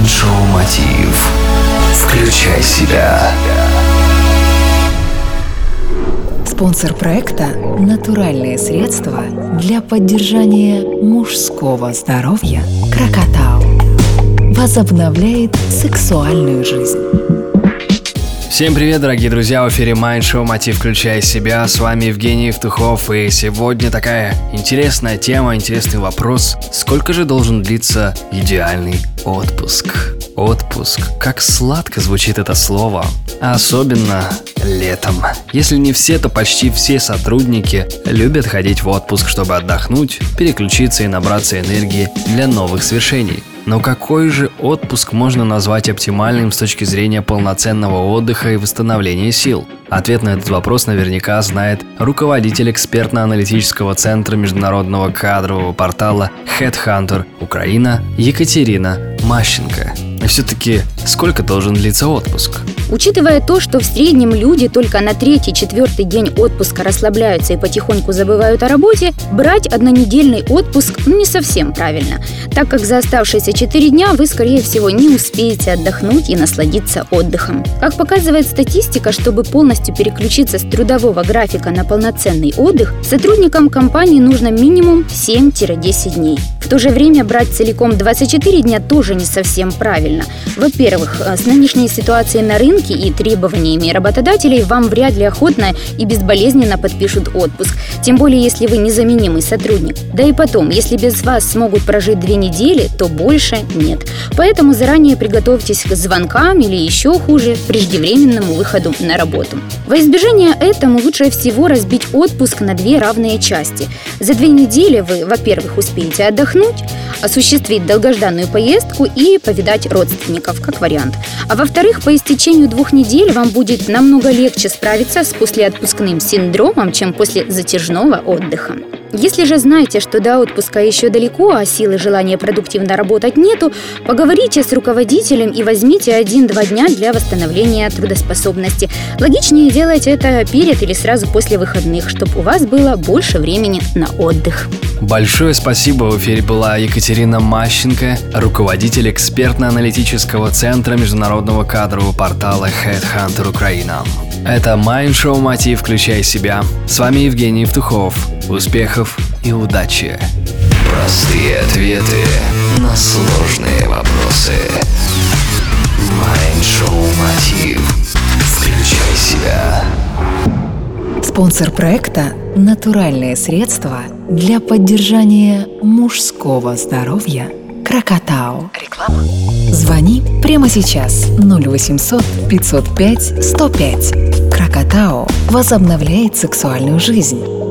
Майнд-шоу «Мотив». Включай себя. Спонсор проекта – натуральные средства для поддержания мужского здоровья «Крокотау». Возобновляет сексуальную жизнь. Всем привет, дорогие друзья, в эфире Майнд-шоу «Мотив. Включай себя». С вами Евгений Евтухов, и сегодня такая интересная тема, интересный вопрос. Сколько же должен длиться идеальный отпуск? Отпуск. Как сладко звучит это слово. А особенно летом. Если не все, то почти все сотрудники любят ходить в отпуск, чтобы отдохнуть, переключиться и набраться энергии для новых свершений. Но какой же отпуск можно назвать оптимальным с точки зрения полноценного отдыха и восстановления сил? Ответ на этот вопрос наверняка знает руководитель экспертно-аналитического центра международного кадрового портала HeadHunter Украина Екатерина Мащенко. И все-таки сколько должен длиться отпуск? Учитывая то, что в среднем люди только на 3-4 день отпуска расслабляются и потихоньку забывают о работе, брать однонедельный отпуск не совсем правильно, так как за оставшиеся 4 дня вы, скорее всего, не успеете отдохнуть и насладиться отдыхом. Как показывает статистика, чтобы полностью переключиться с трудового графика на полноценный отдых, сотрудникам компании нужно минимум 7-10 дней. В то же время брать целиком 24 дня тоже не совсем правильно. Во-первых, с нынешней ситуацией на рынке и требованиями работодателей вам вряд ли охотно и безболезненно подпишут отпуск, тем более если вы незаменимый сотрудник. Да и потом, если без вас смогут прожить 2 недели, то больше нет. Поэтому заранее приготовьтесь к звонкам или еще хуже, преждевременному выходу на работу. Во избежание этому лучше всего разбить отпуск на 2 равные части. За 2 недели вы, во-первых, успеете отдохнуть, осуществить долгожданную поездку и повидать родственников, как вариант. А во-вторых, по истечению 2 недель вам будет намного легче справиться с послеотпускным синдромом, чем после затяжного отдыха. Если же знаете, что до отпуска еще далеко, а сил и желания продуктивно работать нету, поговорите с руководителем и возьмите 1-2 дня для восстановления трудоспособности. Логичнее делать это перед или сразу после выходных, чтобы у вас было больше времени на отдых. Большое спасибо. В эфире была Екатерина Мащенко, руководитель экспертно-аналитического центра международного кадрового портала HeadHunter Украина. Это Майнд-шоу «Мотив. Включай себя». С вами Евгений Евтухов. Успехов и удачи! Простые ответы на сложные вопросы. Майнд-шоу «Мотив». Включай себя. Спонсор проекта – натуральные средства для поддержания мужского здоровья «Крокотау». Реклама. Звони прямо сейчас 0800 505 105. «Крокотау» возобновляет сексуальную жизнь.